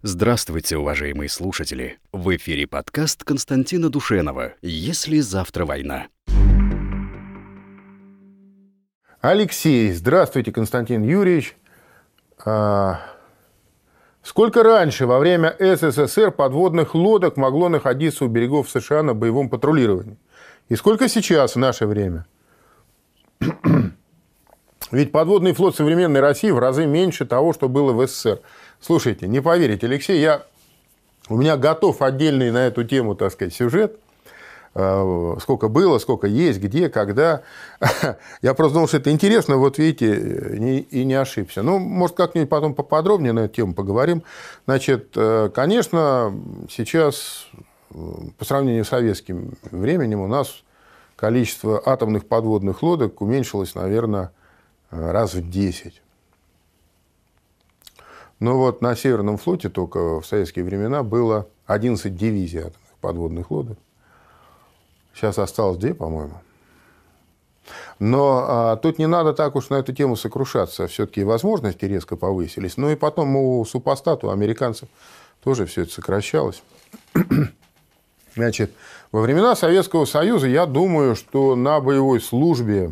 Здравствуйте, уважаемые слушатели! В эфире подкаст Константина Душенова «Если завтра война». Алексей. Здравствуйте, Константин Юрьевич. Сколько раньше, во время СССР, подводных лодок могло находиться у берегов США на боевом патрулировании? И сколько сейчас, в наше время? Ведь подводный флот современной России в разы меньше того, что было в СССР. Слушайте, не поверите, Алексей, у меня готов отдельный на эту тему, так сказать, сюжет. Сколько было, сколько есть, где, когда. Я просто думал, что это интересно, вот видите, и не ошибся. Ну, может, как-нибудь потом поподробнее на эту тему поговорим. Значит, конечно, сейчас, по сравнению с советским временем, у нас количество атомных подводных лодок уменьшилось, наверное, раз в 10. Но вот на Северном флоте только в советские времена было 11 дивизий атомных подводных лодок. Сейчас осталось 2, по-моему. Но тут не надо так уж на эту тему сокрушаться. Все-таки возможности резко повысились. Ну и потом у супостата, у американцев тоже все это сокращалось. Значит, во времена Советского Союза, я думаю, что на боевой службе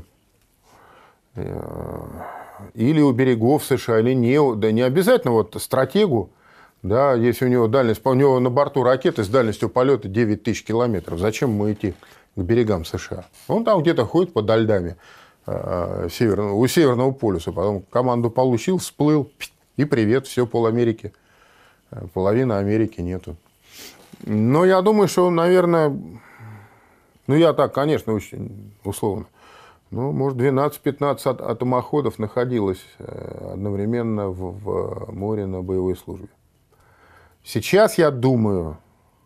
или у берегов США, или не обязательно вот стратегу, да, если у него дальность, у него на борту ракеты с дальностью полета 9000 километров, зачем ему идти к берегам США? Он там где-то ходит под льдами у Северного полюса, потом команду получил, всплыл, и привет, все, полАмерики, половины Америки нету. Но я думаю, что, наверное, я так, конечно, очень условно, может, 12-15 атомоходов находилось одновременно в море на боевой службе. Сейчас, я думаю,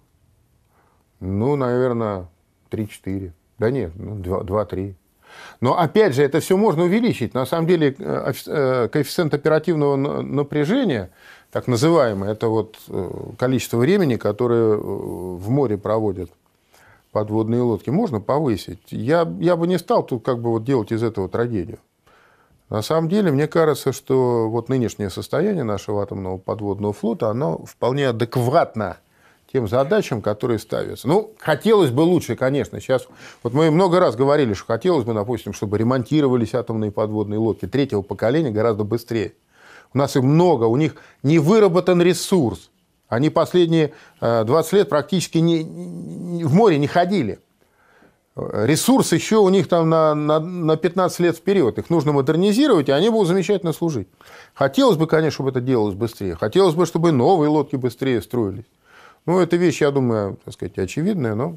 наверное, 3-4. Да нет, 2-3. Но, опять же, это все можно увеличить. На самом деле, коэффициент оперативного напряжения, так называемый, это вот количество времени, которое в море проводят подводные лодки, можно повысить. Я бы не стал тут делать из этого трагедию. На самом деле, мне кажется, что вот нынешнее состояние нашего атомного подводного флота, оно вполне адекватно тем задачам, которые ставятся. Хотелось бы лучше, конечно. Сейчас, вот мы много раз говорили, что хотелось бы, допустим, чтобы ремонтировались атомные подводные лодки 3-го поколения гораздо быстрее. У нас их много, у них не выработан ресурс. Они последние 20 лет практически в море не ходили. Ресурс еще у них там на 15 лет вперед. Их нужно модернизировать, и они будут замечательно служить. Хотелось бы, конечно, чтобы это делалось быстрее. Хотелось бы, чтобы новые лодки быстрее строились. Это вещь, я думаю, так сказать, очевидная, но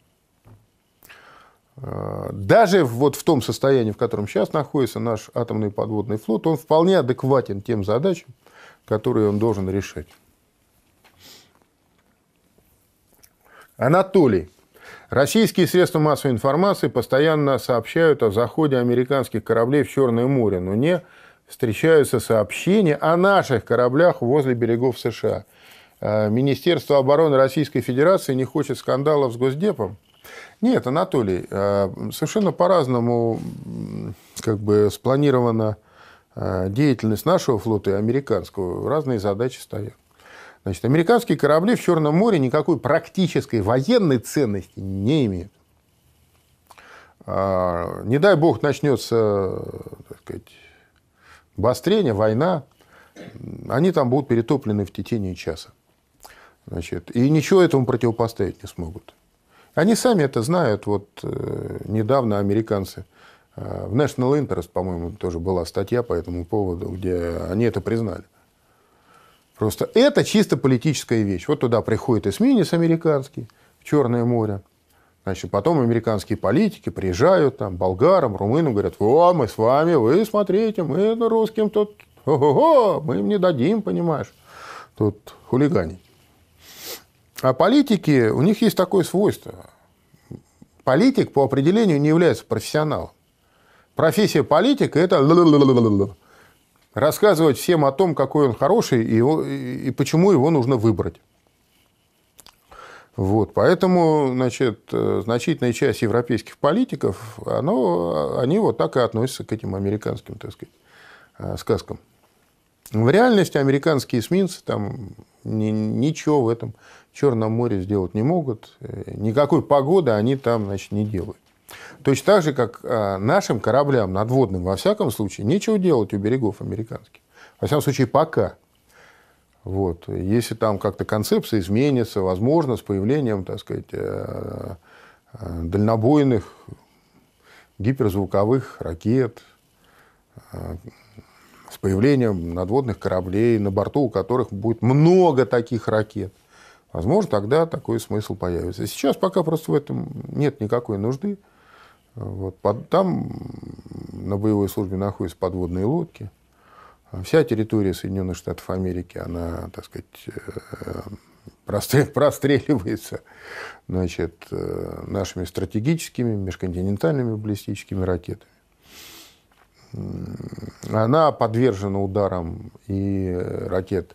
даже вот в том состоянии, в котором сейчас находится наш атомный подводный флот, он вполне адекватен тем задачам, которые он должен решать. Анатолий. Российские средства массовой информации постоянно сообщают о заходе американских кораблей в Черное море, но не встречаются сообщения о наших кораблях возле берегов США. Министерство обороны Российской Федерации не хочет скандалов с Госдепом? Нет, Анатолий, совершенно по-разному спланирована деятельность нашего флота и американского. Разные задачи стоят. Значит, американские корабли в Черном море никакой практической военной ценности не имеют. Не дай бог начнется, так сказать, обострение, война, они там будут перетоплены в течение часа. Значит, и ничего этому противопоставить не смогут. Они сами это знают. Вот недавно американцы в National Interest, по-моему, тоже была статья по этому поводу, где они это признали. Просто это чисто политическая вещь. Вот туда приходит эсминец американский в Черное море. Значит, потом американские политики приезжают, там, болгарам, румынам, говорят: мы с вами, вы смотрите, мы русским тут, мы им не дадим, понимаешь, тут хулиганить. А политики, у них есть такое свойство. Политик по определению не является профессионалом. Профессия политика – это рассказывать всем о том, какой он хороший и почему его нужно выбрать. Вот. Поэтому, значит, значительная часть европейских политиков, они вот так и относятся к этим американским, так сказать, сказкам. В реальности американские эсминцы там ничего в этом Черном море сделать не могут. Никакой погоды они там, значит, не делают. Точно так же, как нашим кораблям надводным, во всяком случае, нечего делать у берегов американских. Во всяком случае, пока. Вот. Если там как-то концепция изменится, возможно, с появлением, так сказать, дальнобойных гиперзвуковых ракет, с появлением надводных кораблей, на борту у которых будет много таких ракет, возможно, тогда такой смысл появится. Сейчас пока просто в этом нет никакой нужды. Вот. Там на боевой службе находятся подводные лодки. Вся территория Соединенных Штатов Америки, она, так сказать, простреливается, значит, нашими стратегическими, межконтинентальными баллистическими ракетами. Она подвержена ударам и ракет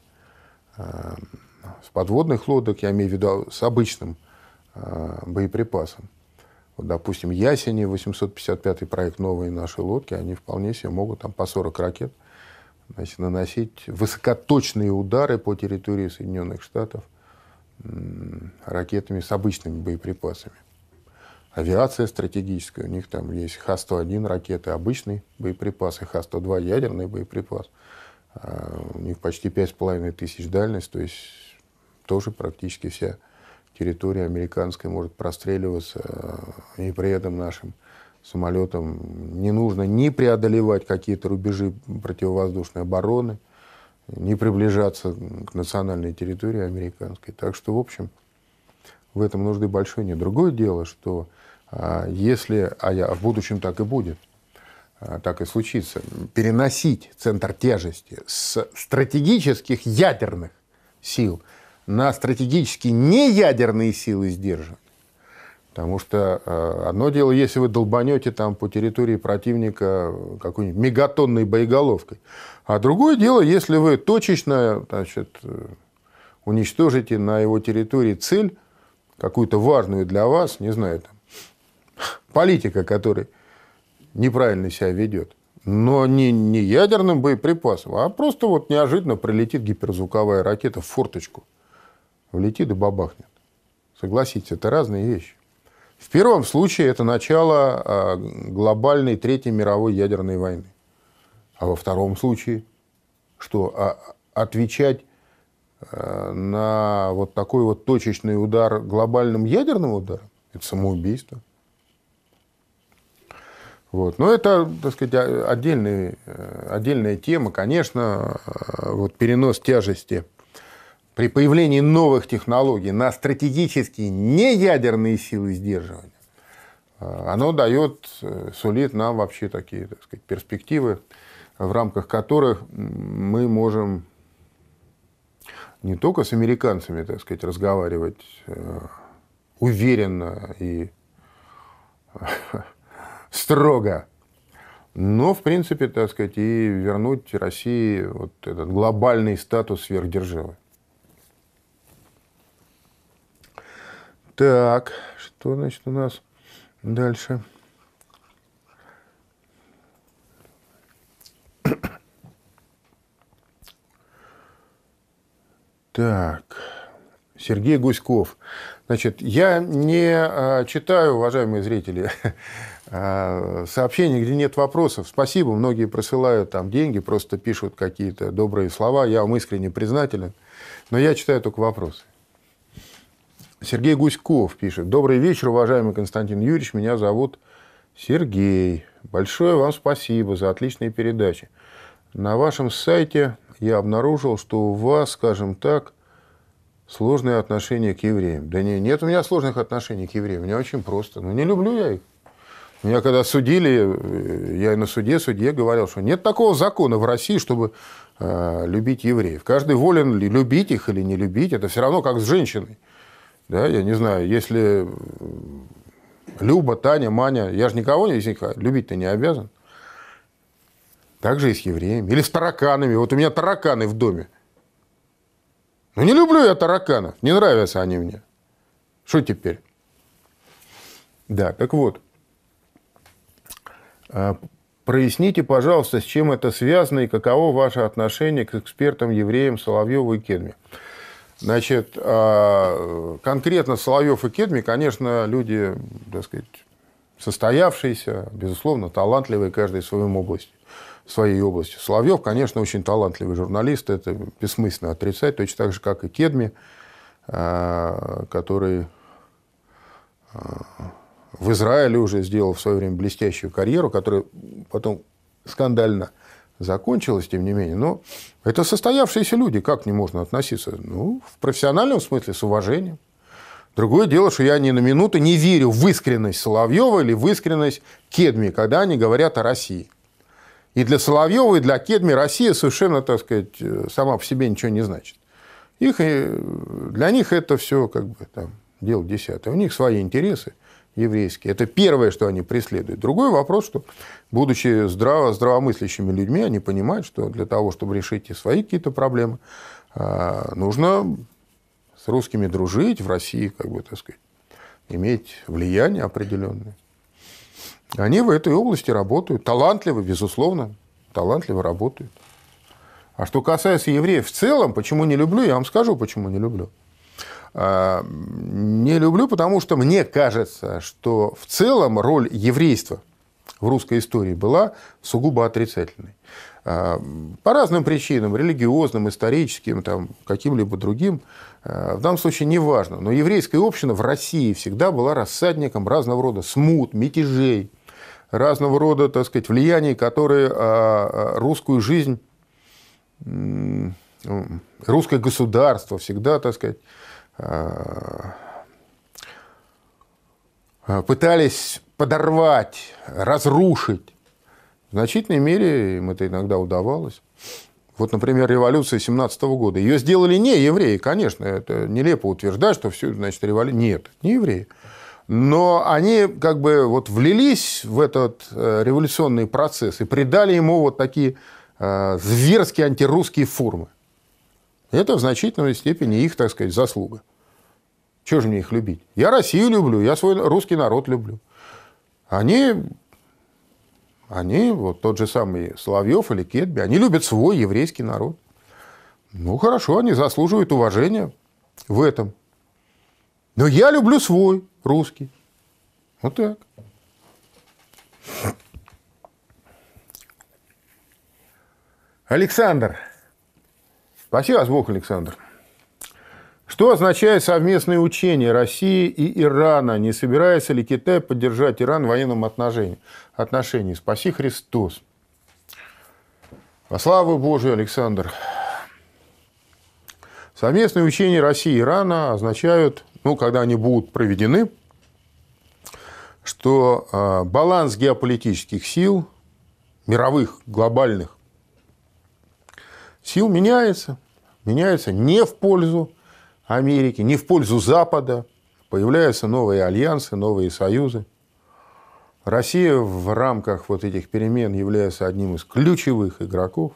с подводных лодок, я имею в виду с обычным боеприпасом. Вот, допустим, «Ясени», 855-й проект «Новые наши лодки», они вполне себе могут там, по 40 ракет, значит, наносить высокоточные удары по территории Соединенных Штатов ракетами с обычными боеприпасами. Авиация стратегическая, у них там есть Х-101 ракеты, обычный боеприпас, и Х-102 ядерный боеприпас. У них почти 5500 дальность, то есть тоже практически вся территория американская может простреливаться, и при этом нашим самолетам не нужно ни преодолевать какие-то рубежи противовоздушной обороны, ни приближаться к национальной территории американской. Так что, в общем, в этом нужды большой нет. Другое дело, что если, в будущем так и будет, так и случится, переносить центр тяжести с стратегических ядерных сил на стратегически неядерные силы сдерживания. Потому что одно дело, если вы долбанете там по территории противника какой-нибудь мегатонной боеголовкой, а другое дело, если вы точечно, значит, уничтожите на его территории цель, какую-то важную для вас, не знаю, там, политика, который неправильно себя ведет, но не ядерным боеприпасом, а просто вот неожиданно прилетит гиперзвуковая ракета в форточку, влетит и бабахнет. Согласитесь, это разные вещи. В первом случае это начало глобальной Третьей мировой ядерной войны. А во втором случае что? Отвечать на вот такой вот точечный удар глобальным ядерным ударом – это самоубийство. Вот. Но это, так сказать, отдельная тема. Конечно, вот перенос тяжести при появлении новых технологий на стратегические неядерные силы сдерживания, оно сулит нам вообще такие, так сказать, перспективы, в рамках которых мы можем не только с американцами, так сказать, разговаривать уверенно и строго, но, в принципе, так сказать, и вернуть России вот этот глобальный статус сверхдержавы. Так, что, значит, у нас дальше? Так, Сергей Гуськов. Значит, я не читаю, уважаемые зрители, сообщения, где нет вопросов. Спасибо, многие присылают там деньги, просто пишут какие-то добрые слова. Я вам искренне признателен, но я читаю только вопросы. Сергей Гуськов пишет. Добрый вечер, уважаемый Константин Юрьевич. Меня зовут Сергей. Большое вам спасибо за отличные передачи. На вашем сайте я обнаружил, что у вас, скажем так, сложные отношения к евреям. Да нет у меня сложных отношений к евреям. Мне очень просто. Не люблю я их. Меня когда судили, я и на судье говорил, что нет такого закона в России, чтобы любить евреев. Каждый волен любить их или не любить. Это все равно как с женщиной. Да, я не знаю, если Люба, Таня, Маня, я же никого из них любить-то не обязан. Так же и с евреями. Или с тараканами. Вот у меня тараканы в доме. Ну, не люблю я тараканов. Не нравятся они мне. Что теперь? Да, так вот. Проясните, пожалуйста, с чем это связано и каково ваше отношение к экспертам-евреям Соловьеву и Кедми. Значит, конкретно Соловьев и Кедми, конечно, люди, так сказать, состоявшиеся, безусловно, талантливые, каждый в своей области. Соловьев, конечно, очень талантливый журналист, это бессмысленно отрицать, точно так же, как и Кедми, который в Израиле уже сделал в свое время блестящую карьеру, которая потом скандально закончилась, тем не менее. Но это состоявшиеся люди, как к ним можно относиться? Ну, в профессиональном смысле с уважением. Другое дело, что я ни на минуту не верю в искренность Соловьева или в искренность Кедми, когда они говорят о России. И для Соловьева, и для Кедми Россия совершенно, так сказать, сама по себе ничего не значит. Для них это все как бы там дело десятое. У них свои интересы еврейские. Это первое, что они преследуют. Другой вопрос, что, будучи здравомыслящими людьми, они понимают, что для того, чтобы решить и свои какие-то проблемы, нужно с русскими дружить, в России, как бы, так сказать, иметь влияние определенное. Они в этой области работают. Талантливо, безусловно, талантливо работают. А что касается евреев в целом, почему не люблю, я вам скажу, почему не люблю. Не люблю, потому что мне кажется, что в целом роль еврейства в русской истории была сугубо отрицательной. По разным причинам, религиозным, историческим, там, каким-либо другим, в данном случае не важно. Но еврейская община в России всегда была рассадником разного рода смут, мятежей, разного рода, так сказать, влияний, которые русскую жизнь, русское государство всегда, так сказать, пытались подорвать, разрушить. В значительной мере им это иногда удавалось. Вот, например, революция 1917 года. Ее сделали не евреи, конечно. Это нелепо утверждать, что все, значит, революция. Нет, не евреи. Но они как бы вот влились в этот революционный процесс и придали ему вот такие зверские антирусские формы. Это в значительной степени их, так сказать, заслуга. Чего же мне их любить? Я Россию люблю, я свой русский народ люблю. Они, вот тот же самый Соловьев или Кедми, они любят свой еврейский народ. Ну, хорошо, они заслуживают уважения в этом. Но я люблю свой русский. Вот так. Александр. Спаси вас Бог, Александр. Что означает совместные учения России и Ирана? Не собирается ли Китай поддержать Иран в военном отношении? Спаси Христос. Во славу Божию, Александр. Совместные учения России и Ирана означают, ну, когда они будут проведены, что баланс геополитических сил, мировых, глобальных сил меняется. Меняется не в пользу Америки, не в пользу Запада. Появляются новые альянсы, новые союзы. Россия в рамках вот этих перемен является одним из ключевых игроков.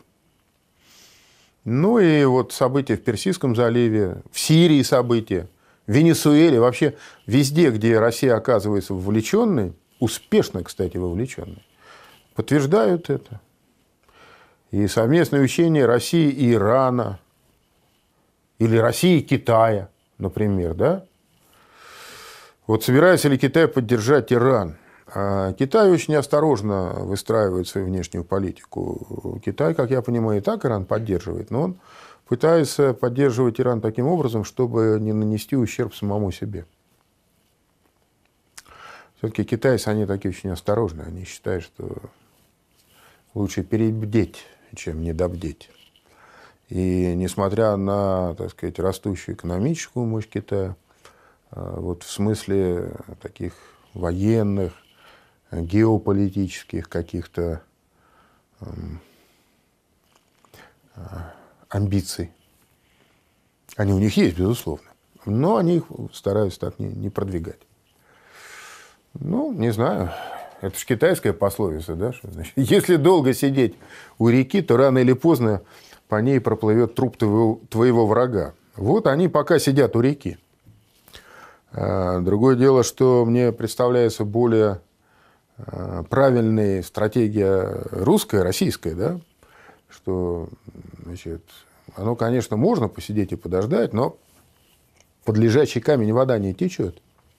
Ну и вот события в Персидском заливе, в Сирии события, в Венесуэле, вообще везде, где Россия оказывается вовлеченной, успешно, кстати, вовлеченной, подтверждают это. И совместные учения России и Ирана, или России и Китая, например, да? Вот собирается ли Китай поддержать Иран? Китай очень осторожно выстраивает свою внешнюю политику. Китай, как я понимаю, и так Иран поддерживает, но он пытается поддерживать Иран таким образом, чтобы не нанести ущерб самому себе. Все-таки китайцы, они такие очень осторожные. Они считают, что лучше перебдеть, чем недобдеть. И несмотря на, так сказать, растущую экономическую мощь Китая, вот в смысле таких военных, геополитических каких-то амбиций, они у них есть, безусловно, но они их стараются так не продвигать. Ну, не знаю, это же китайская пословица, да? Что, значит, если долго сидеть у реки, то рано или поздно по ней проплывет труп твоего врага. Вот они пока сидят у реки. Другое дело, что мне представляется более правильная стратегия русская, российская, да, что, значит, оно, конечно, можно посидеть и подождать, но под лежачий камень вода не течет.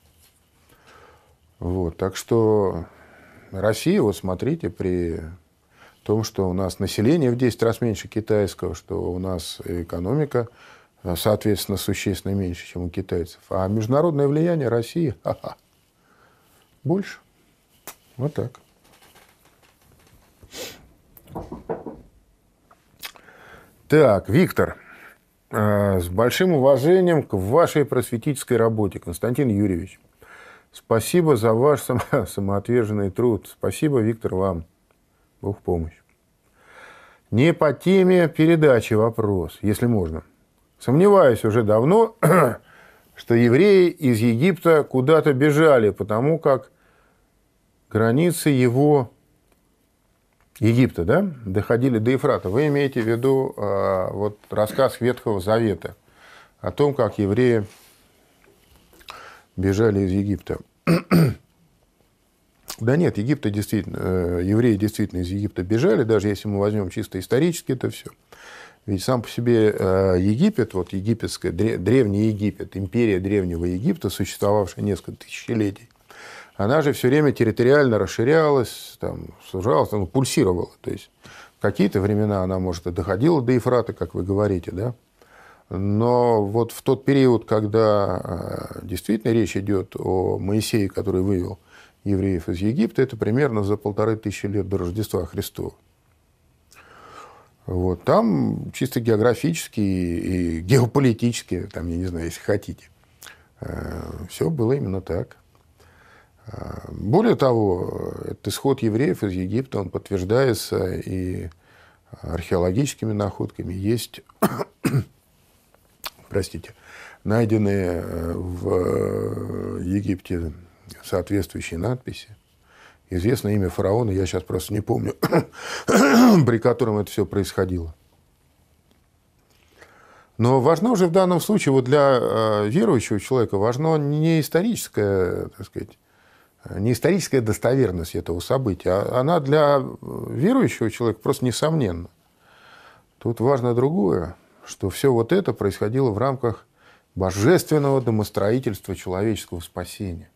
Вот, так что Россия, вот смотрите, при том, что у нас население в 10 раз меньше китайского, что у нас экономика, соответственно, существенно меньше, чем у китайцев, а международное влияние России больше. Вот так. Так, Виктор, с большим уважением к вашей просветительской работе, Константин Юрьевич. Спасибо за ваш самоотверженный труд. Спасибо, Виктор, вам. Бог в помощь. Не по теме передачи вопрос, если можно. Сомневаюсь уже давно, что евреи из Египта куда-то бежали, потому как границы его Египта, да, доходили до Ефрата. Вы имеете в виду вот рассказ Ветхого Завета о том, как евреи бежали из Египта. Да нет, евреи действительно из Египта бежали, даже если мы возьмем чисто исторически это все. Ведь сам по себе Египет, вот египетская, древний Египет, империя древнего Египта, существовавшая несколько тысячелетий, она же все время территориально расширялась, там, сужалась, там, пульсировала. То есть в какие-то времена она, может, и доходила до Ефрата, как вы говорите, да? Но вот в тот период, когда действительно речь идет о Моисее, который вывел евреев из Египта, это примерно за 1500 лет до Рождества Христова. Вот. Там чисто географически и геополитически, там, я не знаю, если хотите, все было именно так. Более того, этот исход евреев из Египта, он подтверждается и археологическими находками. Есть, найденные в Египте соответствующие надписи. Известно имя фараона, я сейчас просто не помню, при котором это все происходило. Но важно уже в данном случае, вот для верующего человека, важно не историческая, так сказать, не историческая достоверность этого события, а она для верующего человека просто несомненна. Тут важно другое, что все вот это происходило в рамках божественного домостроительства человеческого спасения.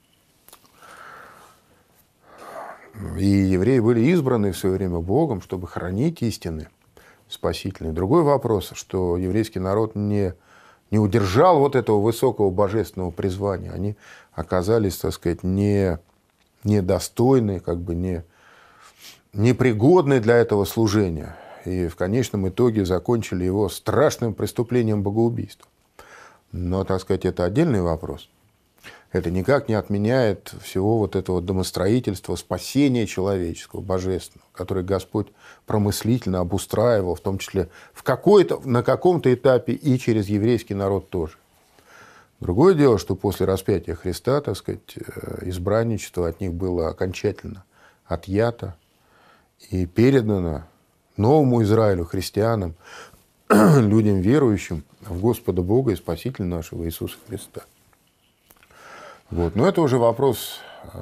И евреи были избраны в свое время Богом, чтобы хранить истины спасительные. Другой вопрос, что еврейский народ не удержал вот этого высокого божественного призвания. Они оказались, так сказать, недостойны, как бы непригодны для этого служения. И в конечном итоге закончили его страшным преступлением богоубийства. Но, так сказать, это отдельный вопрос. Это никак не отменяет всего вот этого домостроительства, спасения человеческого, божественного, которое Господь промыслительно обустраивал, в том числе на каком-то этапе и через еврейский народ тоже. Другое дело, что после распятия Христа, так сказать, избранничество от них было окончательно отъято и передано новому Израилю, христианам, людям верующим в Господа Бога и Спасителя нашего Иисуса Христа. Вот. Но это уже вопрос,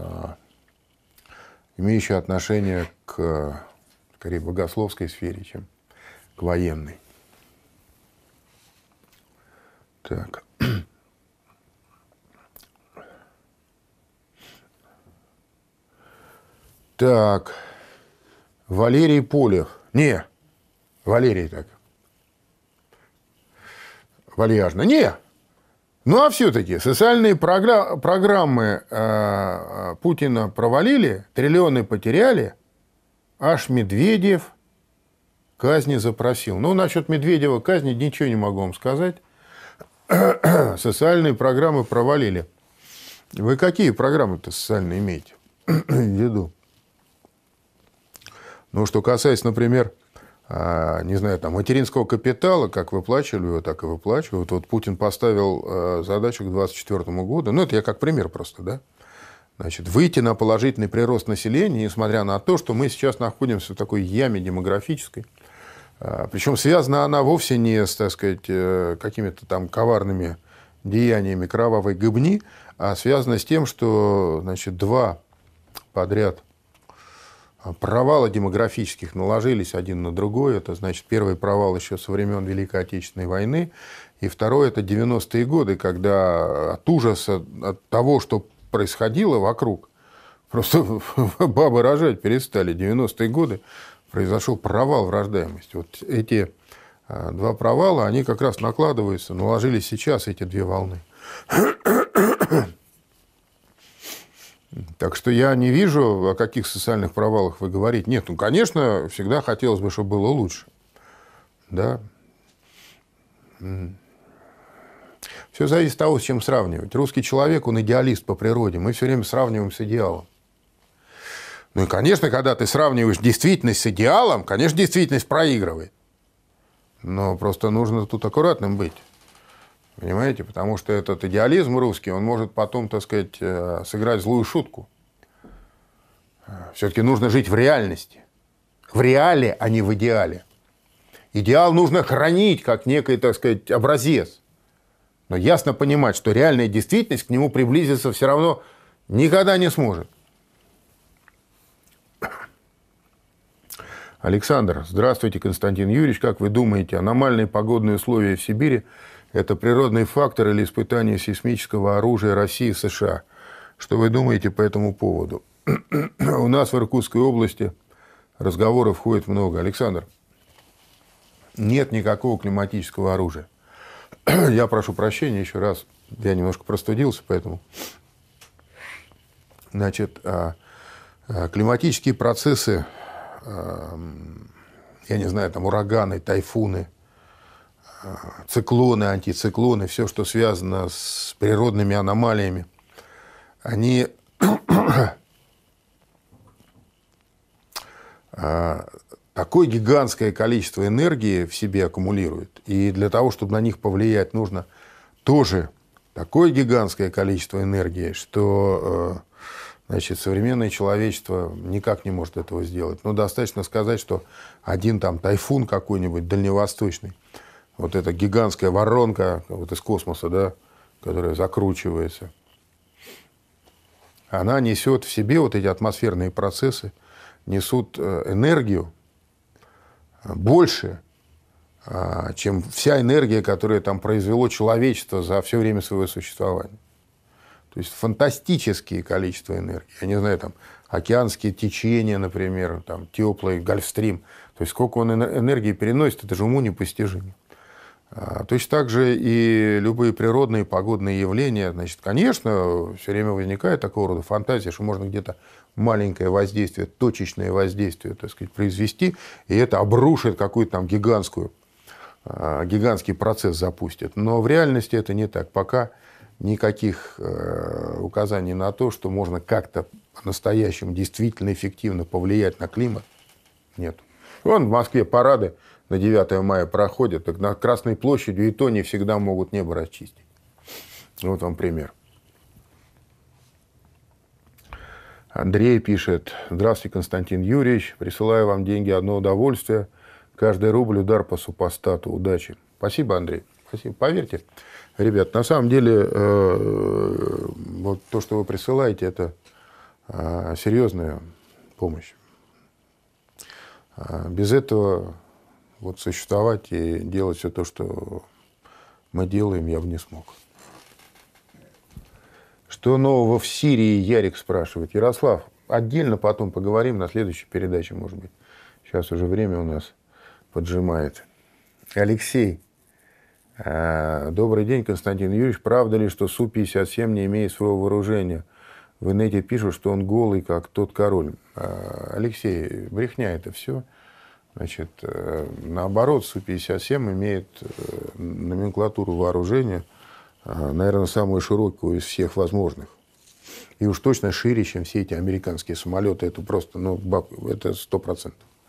имеющий отношение к, скорее, богословской сфере, чем к военной. Так. Так. Валерий Полев. Не. Валерий так. Вальяжно. Не. Ну, а все-таки социальные программы Путина провалили, триллионы потеряли, аж Медведев казни запросил. Ну, насчет Медведева казни ничего не могу вам сказать. Социальные программы провалили. Вы какие программы-то социальные имеете в виду? Ну, что касается, например, не знаю, там, материнского капитала, как выплачивали его, так и выплачивают. Вот Путин поставил задачу к 2024 году, ну, это я как пример просто, да, значит, выйти на положительный прирост населения, несмотря на то, что мы сейчас находимся в такой яме демографической. Причем связана она вовсе не с, так сказать, какими-то там коварными деяниями кровавой гыбни, а связана с тем, что, значит, два подряд провалы демографических наложились один на другой. Это, значит, первый провал еще со времен Великой Отечественной войны. И второй – это 90-е годы, когда от ужаса, от того, что происходило вокруг, просто бабы рожать перестали. 90-е годы произошел провал в рождаемости. Вот эти два провала, они как раз накладываются, наложились сейчас эти две волны. Так что я не вижу, о каких социальных провалах вы говорите. Нет, ну, конечно, всегда хотелось бы, чтобы было лучше. Да. Все зависит от того, с чем сравнивать. Русский человек, он идеалист по природе. Мы все время сравниваем с идеалом. Ну и, конечно, когда ты сравниваешь действительность с идеалом, конечно, действительность проигрывает. Но просто нужно тут аккуратным быть. Понимаете? Потому что этот идеализм русский, он может потом, так сказать, сыграть злую шутку. Все-таки нужно жить в реальности. В реале, а не в идеале. Идеал нужно хранить как некий, так сказать, образец. Но ясно понимать, что реальная действительность к нему приблизиться все равно никогда не сможет. Александр, здравствуйте, Константин Юрьевич. Как вы думаете, аномальные погодные условия в Сибири – это природный фактор или испытание сейсмического оружия России и США? Что вы думаете по этому поводу? У нас в Иркутской области разговоров ходит много. Александр, нет никакого климатического оружия. Я прошу прощения еще раз. Я немножко простудился, поэтому... Значит, климатические процессы, я не знаю, там ураганы, тайфуны, циклоны, антициклоны, все, что связано с природными аномалиями, они такое гигантское количество энергии в себе аккумулируют. И для того, чтобы на них повлиять, нужно тоже такое гигантское количество энергии, что, значит, современное человечество никак не может этого сделать. Но достаточно сказать, что один там тайфун какой-нибудь дальневосточный, вот эта гигантская воронка вот из космоса, да, которая закручивается, она несет в себе вот эти атмосферные процессы, несут энергию больше, чем вся энергия, которая там произвело человечество за все время своего существования. То есть фантастические количества энергии. Я не знаю, там океанские течения, например, там теплый Гольфстрим. То есть сколько он энергии переносит, это же уму непостижимо. Точно так же и любые природные погодные явления. Значит, конечно, все время возникает такого рода фантазия, что можно где-то маленькое воздействие, точечное воздействие, так сказать, произвести, и это обрушит какую-то там гигантский процесс запустит. Но в реальности это не так. Пока никаких указаний на то, что можно как-то по-настоящему действительно эффективно повлиять на климат, нет. Вон в Москве парады на 9 мая проходят, так на Красной площади и то не всегда могут небо расчистить. Вот вам пример. Андрей пишет: здравствуйте, Константин Юрьевич, присылаю вам деньги, одно удовольствие. Каждый рубль удар по супостату. Удачи. Спасибо, Андрей. Спасибо. Поверьте, ребят, на самом деле вот то, что вы присылаете, это серьезная помощь. Без этого вот существовать и делать все то, что мы делаем, я бы не смог. Что нового в Сирии, Ярик спрашивает. Ярослав, отдельно потом поговорим на следующей передаче, может быть. Сейчас уже время у нас поджимает. Алексей. Добрый день, Константин Юрьевич. Правда ли, что Су-57 не имеет своего вооружения? В инете пишут, что он голый, как тот король. Алексей, брехня это все. Значит, наоборот, Су-57 имеет номенклатуру вооружения, наверное, самую широкую из всех возможных. И уж точно шире, чем все эти американские самолеты. Это просто, ну, это 100%.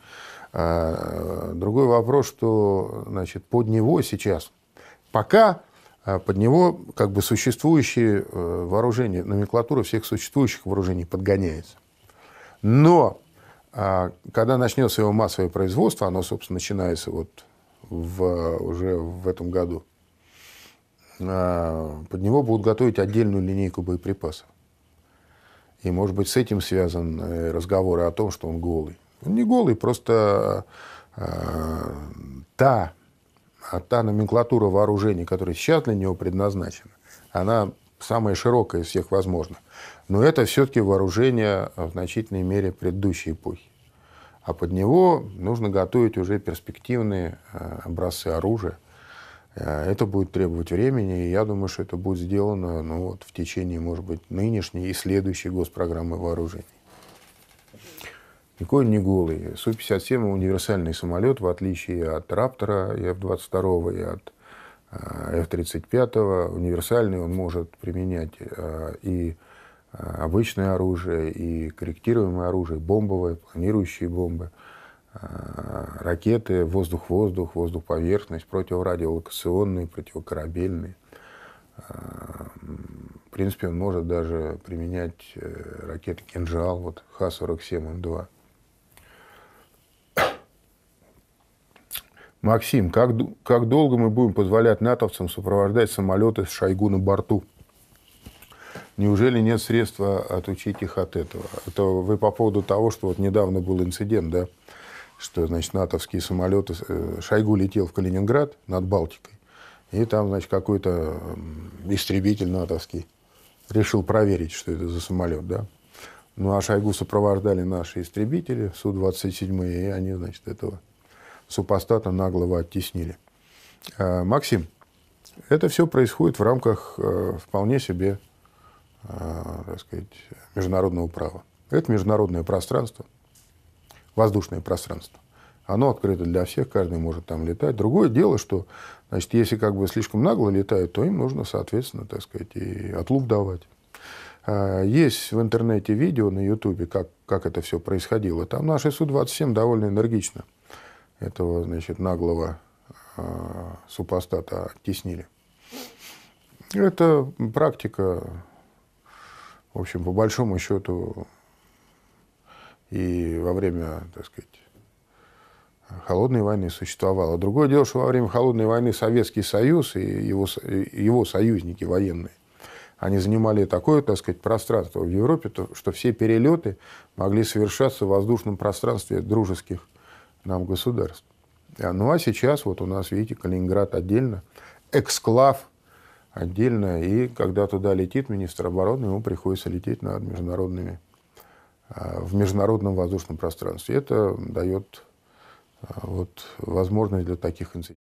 Другой вопрос, что, значит, под него сейчас, пока под него как бы существующие вооружения, номенклатура всех существующих вооружений подгоняется. Но когда начнется его массовое производство, оно, собственно, начинается вот уже в этом году, под него будут готовить отдельную линейку боеприпасов. И, может быть, с этим связан разговор о том, что он голый. Он не голый, просто та номенклатура вооружений, которая сейчас для него предназначена, она самая широкая из всех возможных. Но это все-таки вооружение в значительной мере предыдущей эпохи. А под него нужно готовить уже перспективные образцы оружия. Это будет требовать времени, и я думаю, что это будет сделано в течение, может быть, нынешней и следующей госпрограммы вооружений. Никакой не голый. Су-57 универсальный самолет, в отличие от Раптора и F-22 и от F-35. Универсальный, он может применять и обычное оружие, и корректируемое оружие, бомбовое, планирующие бомбы, ракеты, воздух-воздух, воздух-поверхность, противорадиолокационные, противокорабельные. В принципе, он может даже применять ракеты «Кинжал», Х-47М2. Максим, как долго мы будем позволять натовцам сопровождать самолеты с Шойгу на борту? Неужели нет средства отучить их от этого? Это вы по поводу того, что недавно был инцидент, да? Что, натовские самолеты... Шойгу летел в Калининград над Балтикой, и там, какой-то истребитель натовский решил проверить, что это за самолет, да? А Шойгу сопровождали наши истребители, Су-27, и они, этого супостата наглого оттеснили. Максим, это все происходит в рамках вполне себе, международного права. Это международное пространство, воздушное пространство. Оно открыто для всех, каждый может там летать. Другое дело, что, если слишком нагло летают, то им нужно, соответственно, и отлуп давать. Есть в интернете видео на Ютубе, как это все происходило. Там наши Су-27 довольно энергично этого, наглого супостата оттеснили. Это практика, в общем, по большому счету, и во время, холодной войны существовала. Другое дело, что во время холодной войны Советский Союз и его союзники военные, они занимали такое, пространство в Европе, что все перелеты могли совершаться в воздушном пространстве дружеских нам государств. А сейчас у нас, видите, Калининград отдельно, эксклав отдельно, и когда туда летит министр обороны, ему приходится лететь в международном воздушном пространстве. Это дает возможность для таких инцидентов.